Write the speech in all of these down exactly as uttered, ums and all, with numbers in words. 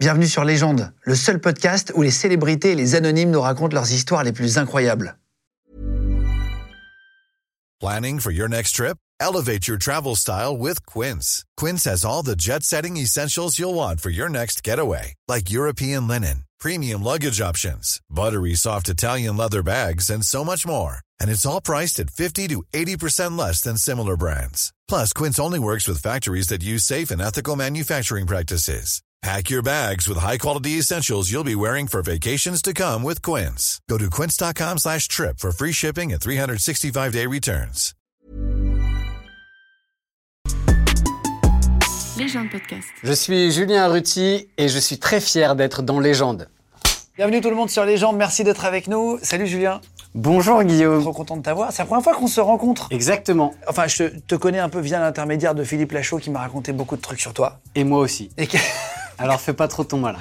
Bienvenue sur Légende, le seul podcast où les célébrités et les anonymes nous racontent leurs histoires les plus incroyables. Planning for your next trip? Elevate your travel style with Quince. Quince has all the jet-setting essentials you'll want for your next getaway, like European linen, premium luggage options, buttery soft Italian leather bags, and so much more. And it's all priced at fifty to eighty percent less than similar brands. Plus, Quince only works with factories that use safe and ethical manufacturing practices. Pack your bags with high-quality essentials you'll be wearing for vacations to come with Quince. Go to quince.com slash trip for free shipping and three sixty-five day returns. Légende podcast. Je suis Julien Arruti et je suis très fier d'être dans Légende. Bienvenue tout le monde sur Légende, merci d'être avec nous. Salut Julien. Bonjour Guillaume. Trop content de t'avoir. C'est la première fois qu'on se rencontre. Exactement. Enfin, je te, te connais un peu via l'intermédiaire de Philippe Lachaud qui m'a raconté beaucoup de trucs sur toi. Et moi aussi. Et que... Alors fais pas trop ton malin.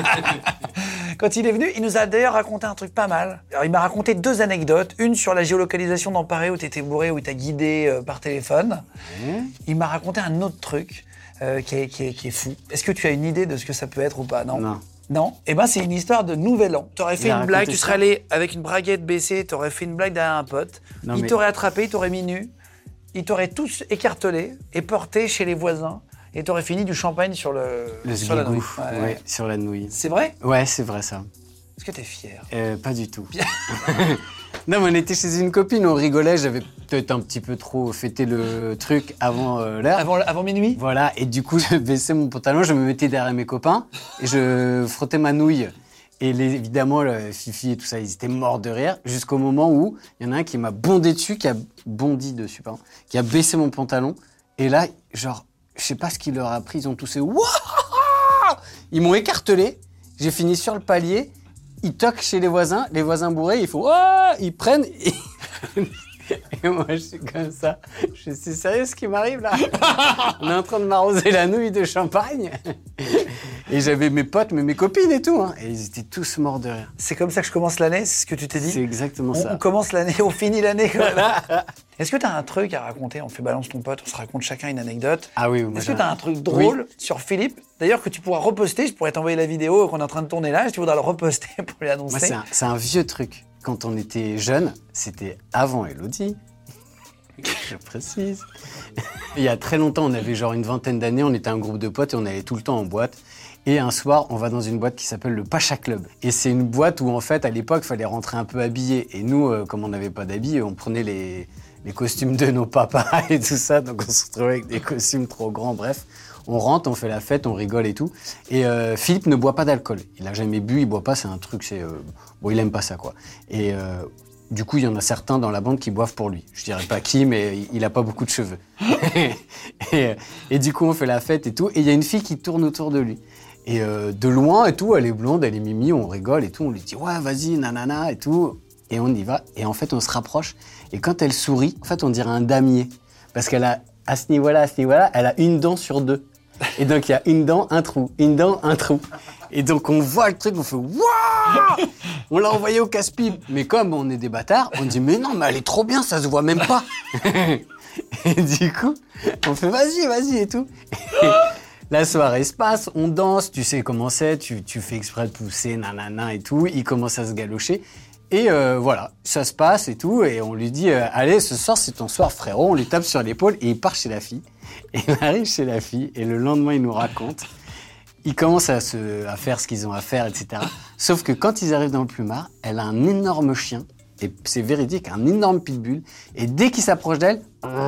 Quand il est venu, il nous a d'ailleurs raconté un truc pas mal. Alors il m'a raconté deux anecdotes. Une sur la géolocalisation dans Paris où t'étais bourré, où il t'a guidé euh, par téléphone. Mmh. Il m'a raconté un autre truc euh, qui, est, qui, est, qui est fou. Est-ce que tu as une idée de ce que ça peut être ou pas? Non. Non. Non. Eh ben c'est une histoire de Nouvel An. T'aurais fait une blague, tu serais allé avec une braguette baissée, t'aurais fait une blague derrière un pote. Non, il mais... t'aurait attrapé, il t'aurait mis nu. Il t'aurait tous écartelé et porté chez les voisins. Et t'aurais fini du champagne sur le, le sur la nouille. Ouais, ouais, sur la nouille. C'est vrai? Ouais, c'est vrai ça. Est-ce que t'es fier? euh, Pas du tout. Non, mais on était chez une copine, on rigolait, j'avais peut-être un petit peu trop fêté le truc avant euh, l'heure. Avant, avant minuit? Voilà, et du coup, je baissais mon pantalon, je me mettais derrière mes copains et je frottais ma nouille. Et les, évidemment, le Fifi et tout ça, ils étaient morts de rire, jusqu'au moment où il y en a un qui m'a bondé dessus, qui a bondi dessus, pardon, qui a baissé mon pantalon. Et là, genre, je sais pas ce qu'il leur a pris, ils ont toussé. Wouah! Ils m'ont écartelé, j'ai fini sur le palier, ils toquent chez les voisins, les voisins bourrés, ils font Wouah! Ils prennent. Et... et moi, je suis comme ça. Je suis sérieux ce qui m'arrive là? On est en train de m'arroser la nouille de champagne. Et j'avais mes potes, mais mes copines et tout, hein. Et ils étaient tous morts de rire. C'est comme ça que je commence l'année, c'est ce que tu t'es dit? C'est exactement on, ça. On commence l'année, on finit l'année quand même. Est-ce que t'as un truc à raconter? On fait balance ton pote, on se raconte chacun une anecdote. Ah oui, moi Est-ce que t'as un truc drôle oui. sur Philippe? D'ailleurs, que tu pourras reposter, je pourrais t'envoyer la vidéo qu'on est en train de tourner là, si tu voudras le reposter pour lui annoncer. Moi, c'est un, c'est un vieux truc. Quand on était jeunes, c'était avant Elodie. Je précise. Il y a très longtemps, on avait genre une vingtaine d'années, on était un groupe de potes et on allait tout le temps en boîte. Et un soir, on va dans une boîte qui s'appelle le Pacha Club. Et c'est une boîte où, en fait, à l'époque, il fallait rentrer un peu habillé. Et nous, euh, comme on n'avait pas d'habits, on prenait les, les costumes de nos papas et tout ça. Donc, on se retrouvait avec des costumes trop grands. Bref, on rentre, on fait la fête, on rigole et tout. Et euh, Philippe ne boit pas d'alcool. Il n'a jamais bu, il boit pas. C'est un truc, c'est... Euh... Bon, il aime pas ça, quoi. Et... Euh... Du coup, il y en a certains dans la bande qui boivent pour lui. Je dirais pas qui, mais il a pas beaucoup de cheveux. et, et du coup, on fait la fête et tout. Et il y a une fille qui tourne autour de lui. Et euh, de loin et tout, elle est blonde, elle est mimi, on rigole et tout. On lui dit « Ouais, vas-y, nanana » et tout. Et on y va. Et en fait, on se rapproche. Et quand elle sourit, en fait, on dirait un damier. Parce qu'elle a, à ce niveau-là, à ce niveau-là, elle a une dent sur deux. Et donc, il y a une dent, un trou. Une dent, un trou. Et donc, on voit le truc, on fait « Waouh !» On l'a envoyé au casse-pipe. Mais comme on est des bâtards, on dit « Mais non, mais elle est trop bien, ça se voit même pas. » Et du coup, on fait « Vas-y, vas-y » et tout. Et la soirée se passe, on danse, tu sais comment c'est, tu, tu fais exprès de pousser, nanana et tout. Il commence à se galocher. Et euh, voilà, ça se passe et tout. Et on lui dit euh, « Allez, ce soir, c'est ton soir, frérot. » On lui tape sur l'épaule et il part chez la fille. Et il arrive chez la fille et le lendemain, il nous raconte. Ils commencent à, se, à faire ce qu'ils ont à faire, et cetera. Sauf que quand ils arrivent dans le plumard, elle a un énorme chien, et c'est véridique, un énorme pitbull, et dès qu'il s'approche d'elle,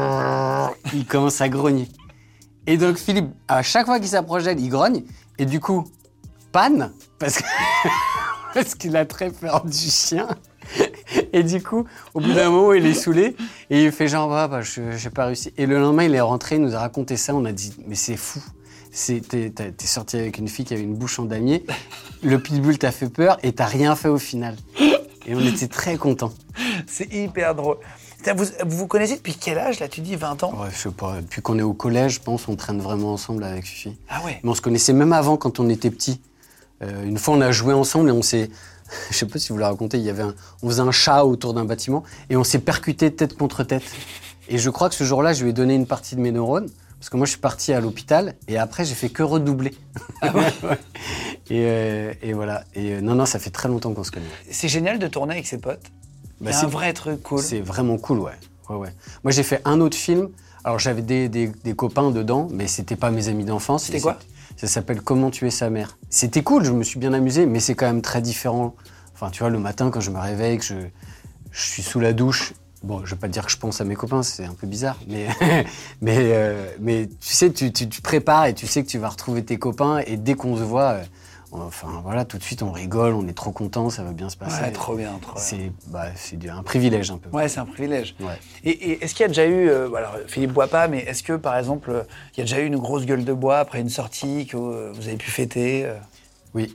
il commence à grogner. Et donc Philippe, à chaque fois qu'il s'approche d'elle, il grogne, et du coup, panne, parce, que parce qu'il a très peur du chien. Et du coup, au bout d'un moment, il est saoulé, et il fait genre, ah, bah, je j'ai pas réussi. Et le lendemain, il est rentré, il nous a raconté ça, on a dit, mais c'est fou. C'est, t'es, t'es sorti avec une fille qui avait une bouche en damier, le pitbull t'a fait peur et t'as rien fait au final. Et on était très contents. C'est hyper drôle. Vous vous connaissez depuis quel âge, là? Tu dis vingt ans? Ouais, je sais pas. Depuis qu'on est au collège, je pense, on traîne vraiment ensemble avec Fifi. Ah ouais? Mais on se connaissait même avant, quand on était petits. Euh, une fois, on a joué ensemble et on s'est... Je sais pas si vous le racontez, il y avait un... on faisait un chat autour d'un bâtiment et on s'est percuté tête contre tête. Et je crois que ce jour-là, je lui ai donné une partie de mes neurones. Parce que moi, je suis parti à l'hôpital et après, j'ai fait que redoubler. Ah ouais. Et, euh, et voilà. Et euh, non, non, ça fait très longtemps qu'on se connaît. C'est génial de tourner avec ses potes. Bah, c'est un vrai truc cool. C'est vraiment cool, ouais. ouais, ouais. Moi, j'ai fait un autre film. Alors, j'avais des, des, des copains dedans, mais c'était pas mes amis d'enfance. C'était quoi ? Ça s'appelle Comment tuer sa mère. C'était cool, je me suis bien amusé, mais c'est quand même très différent. Enfin, tu vois, le matin, quand je me réveille, que je, je suis sous la douche, bon, je vais pas te dire que je pense à mes copains, c'est un peu bizarre, mais, mais, euh, mais tu sais, tu, tu, tu prépares et tu sais que tu vas retrouver tes copains, et dès qu'on se voit, euh, enfin, voilà, tout de suite, on rigole, on est trop contents, ça va bien se passer. Ouais, trop bien, trop bien. C'est, bah, c'est un privilège, un peu. Ouais, c'est un privilège. Ouais. Et, et est-ce qu'il y a déjà eu, euh, alors Philippe boit pas, mais est-ce que, par exemple, euh, il y a déjà eu une grosse gueule de bois après une sortie que euh, vous avez pu fêter euh... Oui.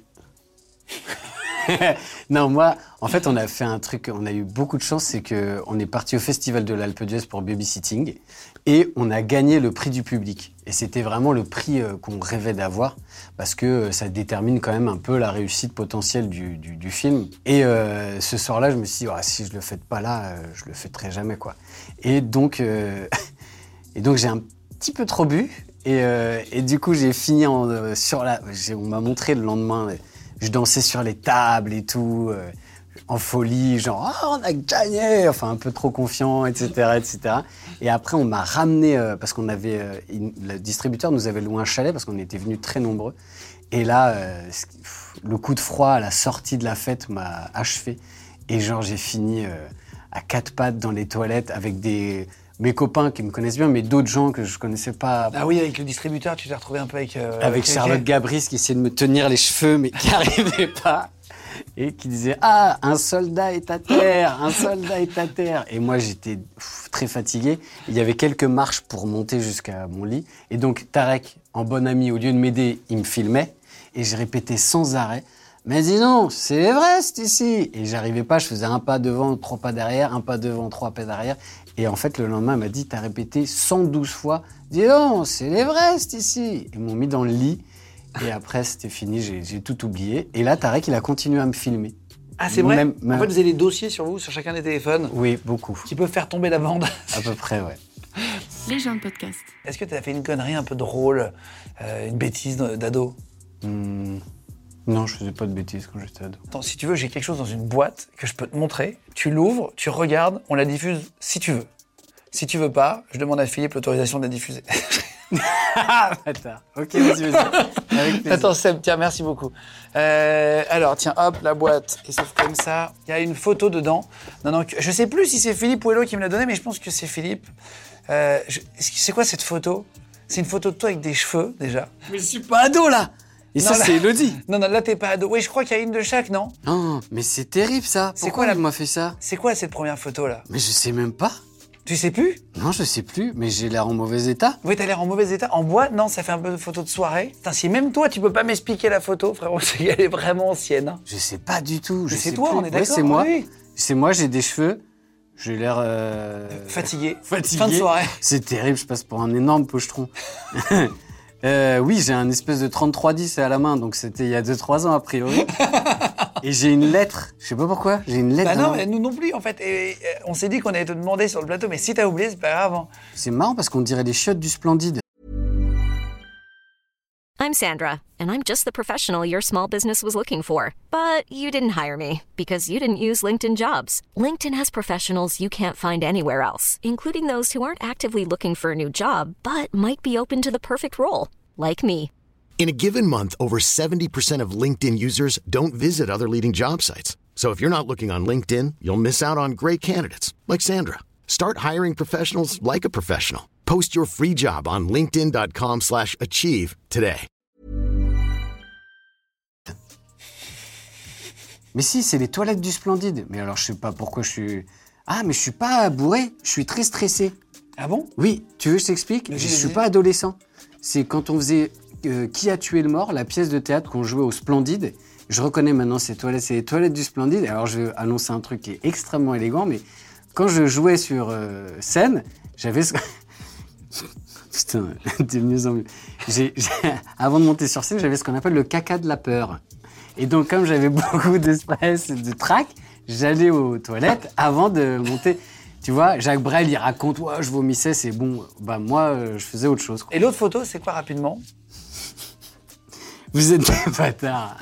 Non, moi, en fait, on a fait un truc, on a eu beaucoup de chance, c'est qu'on est parti au Festival de l'Alpe d'Huez pour Babysitting et on a gagné le prix du public. Et c'était vraiment le prix euh, qu'on rêvait d'avoir parce que euh, ça détermine quand même un peu la réussite potentielle du, du, du film. Et euh, ce soir-là, je me suis dit, oh, si je le fête pas là, euh, je le fêterai jamais, quoi. Et donc, euh, et donc j'ai un petit peu trop bu et, euh, et du coup, j'ai fini en, euh, sur la... On m'a montré le lendemain... Je dansais sur les tables et tout, euh, en folie, genre « Oh, on a gagné !» Enfin, un peu trop confiant, et cetera, et cetera. Et après, on m'a ramené, euh, parce qu'on avait... Euh, il, le distributeur nous avait loué un chalet, parce qu'on était venus très nombreux. Et là, euh, pff, le coup de froid à la sortie de la fête m'a achevé. Et genre, j'ai fini euh, à quatre pattes dans les toilettes avec des... mes copains qui me connaissent bien, mais d'autres gens que je connaissais pas. Ah oui, avec le distributeur, tu t'es retrouvé un peu avec... Euh, avec, avec Charlotte Gabris qui essayait de me tenir les cheveux, mais qui n'arrivait pas. Et qui disait « Ah, un soldat est à terre, un soldat est à terre !» Et moi, j'étais pff, très fatigué. Il y avait quelques marches pour monter jusqu'à mon lit. Et donc, Tarek, en bon ami, au lieu de m'aider, il me filmait. Et je répétais sans arrêt « Mais dis donc, c'est l'Everest ici !» Et j'arrivais pas, je faisais un pas devant, trois pas derrière, un pas devant, trois pas derrière. Et en fait, le lendemain, elle m'a dit « T'as répété cent douze fois. Dis donc, c'est l'Everest ici !» Ils m'ont mis dans le lit. Et après, c'était fini, j'ai, j'ai tout oublié. Et là, Tarek, il a continué à me filmer. Ah, c'est vrai même, même... En fait, vous avez des dossiers sur vous, sur chacun des téléphones. Oui, beaucoup. Qui peuvent faire tomber la bande. À peu près, ouais. Les gens de podcast. Est-ce que tu as fait une connerie un peu drôle, euh, une bêtise d'ado ? Mmh... Non, je faisais pas de bêtises quand j'étais ado. Attends, si tu veux, j'ai quelque chose dans une boîte que je peux te montrer. Tu l'ouvres, tu regardes, on la diffuse si tu veux. Si tu veux pas, je demande à Philippe l'autorisation de la diffuser. Attends, ok, vas-y, vas-y. Avec plaisir. Attends, Seb, tiens, merci beaucoup. Euh, alors, tiens, hop, la boîte est sauf comme ça. Il y a une photo dedans. Non, non, je sais plus si c'est Philippe ou Hello qui me l'a donné, mais je pense que c'est Philippe. Euh, je, c'est quoi cette photo ? C'est une photo de toi avec des cheveux, déjà. Mais je suis pas ado, là. Et non, ça, là... c'est Elodie. Non, non, là, t'es pas ado. Oui, je crois qu'il y a une de chaque, non ? Non, mais c'est terrible, ça. C'est Pourquoi quoi, la... elle m'a fait ça ? C'est quoi cette première photo, là ? Mais je sais même pas. Tu sais plus ? Non, je sais plus, mais j'ai l'air en mauvais état. Oui, t'as l'air en mauvais état. En bois, non, ça fait un peu de photo de soirée. Putain, si même toi, tu peux pas m'expliquer la photo, frérot, c'est qu'elle est vraiment ancienne. Hein. Je sais pas du tout. Je c'est sais toi, plus. on est d'accord. Ouais, c'est moi. Oui. C'est moi, j'ai des cheveux. J'ai l'air... Euh... Fatigué. Fatigué. Fin de soirée. C'est terrible, je passe pour un énorme pochetron. euh, oui, j'ai un espèce de trente-trois dix à la main, donc c'était il y a deux trois ans, a priori. Et j'ai une lettre, je sais pas pourquoi, j'ai une lettre. Bah non, dans... nous non plus, en fait. Et, et, on s'est dit qu'on allait te demander sur le plateau, mais si t'as oublié, c'est pas grave. Hein. C'est marrant parce qu'on dirait les chiottes du Splendide. I'm Sandra, and I'm just the professional your small business was looking for. But you didn't hire me because you didn't use LinkedIn Jobs. LinkedIn has professionals you can't find anywhere else, including those who aren't actively looking for a new job, but might be open to the perfect role, like me. In a given month, over seventy percent of LinkedIn users don't visit other leading job sites. So if you're not looking on LinkedIn, you'll miss out on great candidates like Sandra. Start hiring professionals like a professional. Post your free job on linkedin dot com slash achieve today. Mais si, c'est les toilettes du Splendide. Mais alors, je sais pas pourquoi je suis... Ah, mais je suis pas bourré, je suis très stressé. Ah bon ? Oui, tu veux que je t'explique ? Je suis pas adolescent. C'est quand on faisait euh, Qui a tué le mort, la pièce de théâtre qu'on jouait au Splendide. Je reconnais maintenant ces toilettes, c'est les toilettes du Splendide. Alors, je vais annoncer un truc qui est extrêmement élégant, mais quand je jouais sur euh, scène, j'avais... Ce... Putain, de mieux en mieux. J'ai, j'ai... Avant de monter sur scène, j'avais ce qu'on appelle le caca de la peur. Et donc, comme j'avais beaucoup de stress et de trac, j'allais aux toilettes avant de monter. Tu vois, Jacques Brel, il raconte ouais, « je vomissais, c'est bon ». Bah moi, euh, je faisais autre chose. Quoi. Et l'autre photo, c'est quoi rapidement ? Vous êtes des bâtards.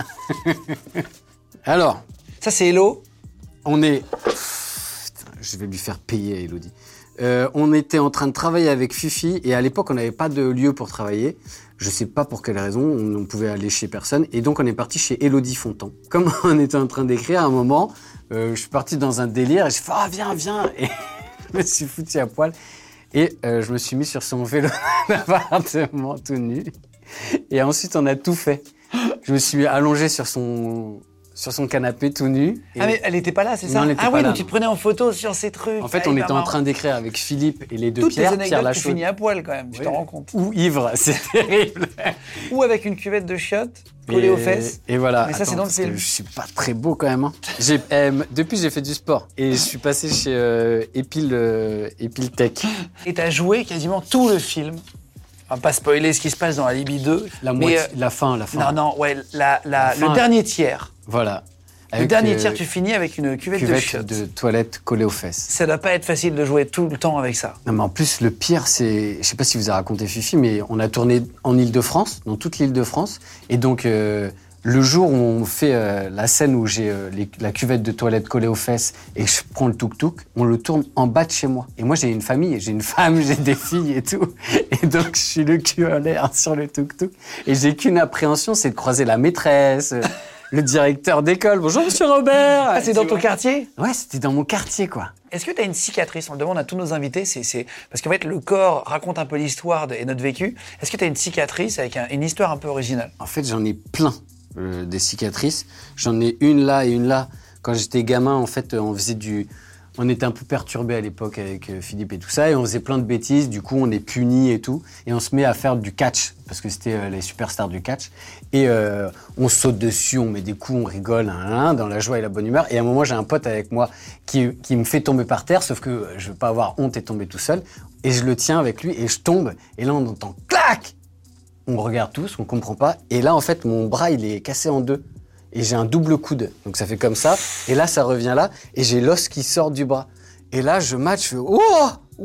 Alors, Ça, c'est Hello. on est... Putain, je vais lui faire payer à Elodie. Euh, on était en train de travailler avec Fifi et à l'époque, on n'avait pas de lieu pour travailler. Je sais pas pour quelle raison, on ne pouvait aller chez personne. Et donc, on est parti chez Elodie Fontan. Comme on était en train d'écrire, à un moment, euh, je suis parti dans un délire et je fais « Ah, viens, viens !» Et je me suis foutu à poil. Et euh, je me suis mis sur son vélo d'appartement tout nu. Et ensuite, on a tout fait. Je me suis allongé sur son... sur son canapé tout nu. Et... Ah, mais elle était pas là, c'est ça? Non, elle était Ah pas oui, là, donc tu te non. prenais en photo sur ces trucs. En fait, Ah, on hyper était en marrant. train d'écrire avec Philippe et les deux Toutes Pierre, les Pierre anecdotes, tu Lachaud. finis à poil quand même, tu Oui. t'en rends compte. Ou ivre, c'est terrible. Ou avec une cuvette de chiottes collée et, aux fesses. Et voilà. Mais ça, c'est Attends, dans le parce que film. Je suis pas très beau quand même. Hein. J'ai, euh, depuis, j'ai fait du sport et je suis passé chez euh, Epile, euh, Epile Tech. Et t'as joué quasiment tout le film. On va pas spoiler ce qui se passe dans Alibi deux. La mais, moitié, euh, la fin, la fin. Non, non, ouais, la, la, La fin. le dernier tiers. Voilà. Le Avec, dernier euh, tiers, tu finis avec une cuvette, de cuvette chiottes. de toilette collée aux fesses. Ça doit pas être facile de jouer tout le temps avec ça. Non, mais en plus, le pire, c'est... Je sais pas si vous avez raconté Fifi, mais on a tourné en Île-de-France, dans toute l'Île-de-France. Et donc, euh, le jour où on fait euh, la scène où j'ai euh, les- la cuvette de toilette collée aux fesses et je prends le tuk-tuk, on le tourne en bas de chez moi. Et moi, j'ai une famille, j'ai une femme, j'ai des filles et tout. Et donc, je suis le cul en l'air sur le tuk-tuk. Et j'ai qu'une appréhension, c'est de croiser la maîtresse, euh, le directeur d'école. Bonjour, monsieur Robert. Ah, c'est Tu dans vois. ton quartier? Ouais, c'était dans mon quartier, quoi. Est-ce que tu as une cicatrice? On le demande à tous nos invités. C'est, c'est... Parce qu'en fait, le corps raconte un peu l'histoire de- et notre vécu. Est-ce que tu as une cicatrice avec un- une histoire un peu originale? En fait, j'en ai plein euh, des cicatrices. J'en ai une là et une là. Quand j'étais gamin, en fait, euh, on faisait du... On était un peu perturbés à l'époque avec euh, Philippe et tout ça, et on faisait plein de bêtises. Du coup, on est punis et tout. Et on se met à faire du catch, parce que c'était euh, les superstars du catch. Et euh, on saute dessus, on met des coups, on rigole, hein, hein, dans la joie et la bonne humeur. Et à un moment, j'ai un pote avec moi qui, qui me fait tomber par terre, sauf que euh, je veux pas avoir honte et tomber tout seul. Et je le tiens avec lui et je tombe. Et là, on entend clac! On regarde tous, on comprend pas. Et là, en fait, mon bras, il est cassé en deux. Et j'ai un double coude. Donc ça fait comme ça. Et là, ça revient là. Et j'ai l'os qui sort du bras. Et là, je match, je fais « Wow! Wow !»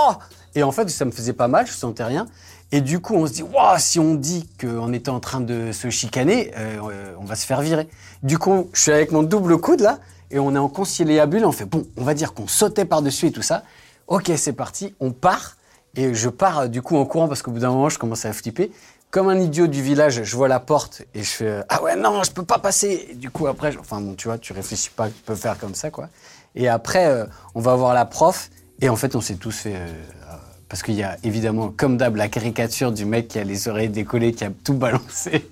Et en fait, ça me faisait pas mal, je sentais rien. Et du coup, on se dit « Wow! Si on dit qu'on était en train de se chicaner, euh, on va se faire virer. » Du coup, je suis avec mon double coude là. Et on est en conciliabule. On fait « Bon, on va dire qu'on sautait par-dessus et tout ça. Ok, c'est parti. » On part. Et je pars euh, du coup en courant parce qu'au bout d'un moment, je commence à flipper. Comme un idiot du village, je vois la porte et je fais euh, « Ah ouais, non, je peux pas passer !» Et du coup, après, je- enfin bon, tu vois, tu réfléchis pas, tu peux faire comme ça, quoi. Et après, euh, on va voir la prof et en fait, on s'est tous fait... euh, euh, parce qu'il y a évidemment, comme d'hab, la caricature du mec qui a les oreilles décollées, qui a tout balancé.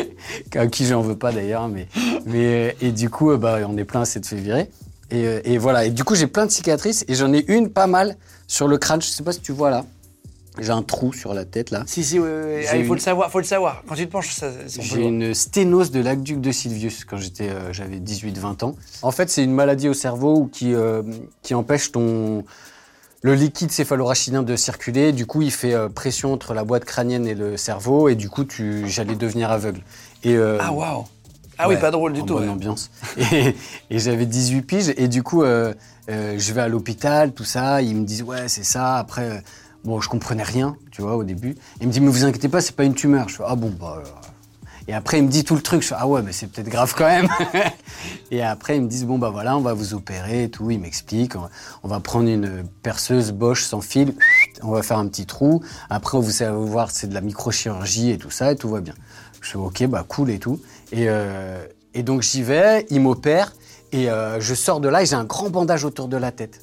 À qui j'en veux pas d'ailleurs, mais... mais euh, et du coup, euh, bah, on est plein à s'être fait virer. Et, euh, et voilà, et du coup, j'ai plein de cicatrices et j'en ai une pas mal sur le crâne. Je sais pas si tu vois là. J'ai un trou sur la tête là. Si, si, oui, oui, oui. J'ai Ah, il faut une- le savoir, faut le savoir. Quand tu te penches, ça, ça, on peut J'ai le voir. une sténose de l'aqueduc de Sylvius quand j'étais, euh, j'avais dix-huit vingt ans. En fait, c'est une maladie au cerveau qui, euh, qui empêche ton, le liquide céphalorachidien de circuler. Du coup, il fait euh, pression entre la boîte crânienne et le cerveau. Et du coup, tu, j'allais devenir aveugle. Et, euh, Ah, waouh! Ah oui, ouais, pas drôle du en tout. bonne ouais. ambiance. Et, et j'avais dix-huit piges. Et du coup, euh, euh, je vais à l'hôpital, tout ça. Ils me disent, ouais, c'est ça. Après, euh, bon, je comprenais rien, tu vois, au début. Ils me disent, mais vous inquiétez pas, c'est pas une tumeur. Je fais, ah bon, bah. euh. Et après, il me dit tout le truc. Je fais, ah ouais, mais c'est peut-être grave quand même. Et après, ils me disent, bon, bah voilà, on va vous opérer et tout. Ils m'expliquent. On, on va prendre une perceuse Bosch sans fil. On va faire un petit trou. Après, vous allez voir, c'est de la microchirurgie et tout ça, et tout va bien. Je fais, ok, bah cool et tout. Et, euh, et donc, j'y vais, ils m'opèrent. Et euh, je sors de là et j'ai un grand bandage autour de la tête.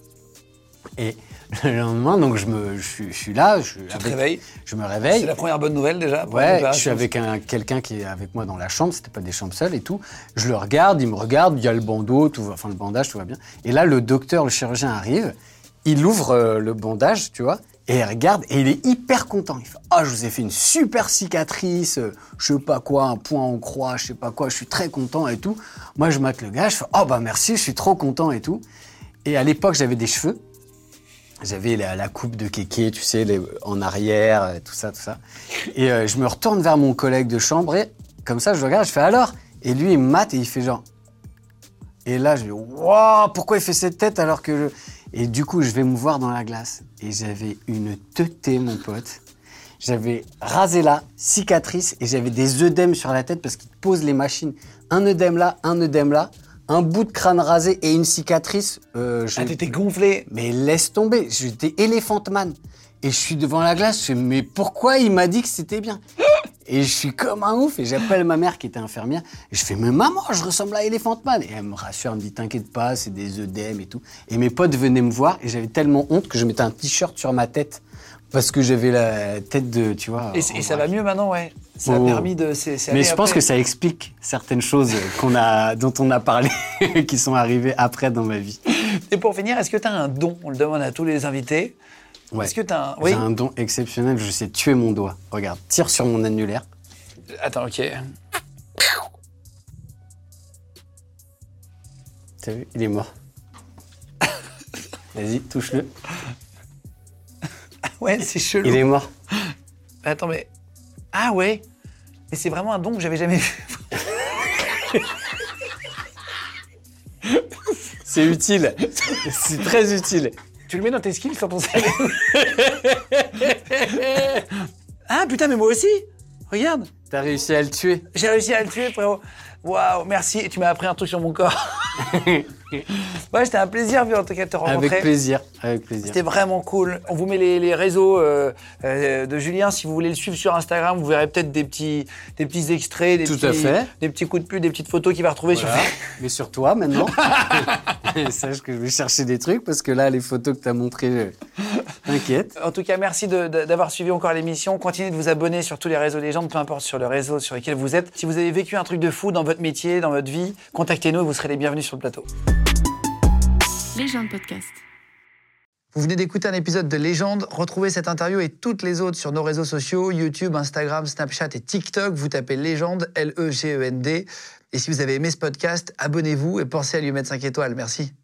Et le lendemain, donc, je, me, je, suis, je suis là. Je, Tu te avec- réveilles. Je me réveille. C'est la première bonne nouvelle déjà. pour une Ouais, je opération. suis avec un, quelqu'un qui est avec moi dans la chambre, c'était pas des chambres seules et tout. Je le regarde, il me regarde, il y a le bandeau, tout va, enfin le bandage, tout va bien. Et là, le docteur, le chirurgien arrive, il ouvre euh, le bandage, tu vois, et il regarde, et il est hyper content. Il fait « Ah, je vous ai fait une super cicatrice, euh, je sais pas quoi, un point en croix, je sais pas quoi, je suis très content et tout. » Moi, je mate le gars, je fais « Ah, bah merci, je suis trop content et tout. » Et à l'époque, j'avais des cheveux. J'avais la, la coupe de kéké, tu sais, les, en arrière, euh, tout ça, tout ça. Et euh, je me retourne vers mon collègue de chambre et comme ça, je le regarde, je fais alors. Et lui, il me mate et il fait genre. Et là, je dis waouh, pourquoi il fait cette tête alors que je. Et du coup, je vais me voir dans la glace. Et j'avais une teutée, mon pote. J'avais rasé là, cicatrice, et j'avais des œdèmes sur la tête parce qu'ils te posent les machines. Un œdème là, un œdème là, un bout de crâne rasé et une cicatrice. Euh, je... Ah, t'étais gonflé. Mais laisse tomber, j'étais Elephant Man. Et je suis devant la glace, je fais, mais pourquoi il m'a dit que c'était bien? Et je suis comme un ouf, et j'appelle ma mère qui était infirmière, et je fais, mais maman, je ressemble à Elephant Man. Et elle me rassure, elle me dit, t'inquiète pas, c'est des œdèmes et tout. Et mes potes venaient me voir, et j'avais tellement honte que je mettais un t-shirt sur ma tête, parce que j'avais la tête de, tu vois... Et, et ça va mieux maintenant, ouais. Ça Oh. a permis de... C'est, c'est Mais je pense après. que ça explique certaines choses qu'on a, dont on a parlé, qui sont arrivées après dans ma vie. Et pour finir, est-ce que t'as un don? On le demande à tous les invités. Ouais. Est-ce que t'as un... J'ai un don exceptionnel, je sais tuer mon doigt. Regarde, tire sur mon annulaire. Attends, ok. T'as vu? Il est mort. Vas-y, touche-le. Ouais, c'est chelou. Il est mort. Attends, mais... Ah ouais. Mais c'est vraiment un don que j'avais jamais vu. C'est utile. C'est très utile. Tu le mets dans tes skills sur ton C V. Ah putain, mais moi aussi. Regarde. T'as réussi à le tuer. J'ai réussi à le tuer, frérot. Waouh, merci. Et tu m'as appris un truc sur mon corps. Ouais, c'était un plaisir, en tout cas, de te rencontrer. Avec plaisir. Avec plaisir. C'était vraiment cool. On vous met les, les réseaux euh, euh, de Julien. Si vous voulez le suivre sur Instagram, vous verrez peut-être des petits, des petits extraits, des, Tout petits, à fait. des petits coups de pub, des petites photos qu'il va retrouver Voilà. sur Mais sur toi, maintenant. Sache que je vais chercher des trucs, parce que là, les photos que t'as montrées, je... t'inquiète. En tout cas, merci de, de, d'avoir suivi encore l'émission. Continuez de vous abonner sur tous les réseaux Légendes, peu importe sur le réseau sur lequel vous êtes. Si vous avez vécu un truc de fou dans votre métier, dans votre vie, contactez-nous et vous serez les bienvenus sur le plateau. Légende Podcast. Vous venez d'écouter un épisode de Légende. Retrouvez cette interview et toutes les autres sur nos réseaux sociaux, YouTube, Instagram, Snapchat et TikTok. Vous tapez Légende, L E G E N D. Et si vous avez aimé ce podcast, abonnez-vous et pensez à lui mettre cinq étoiles. Merci.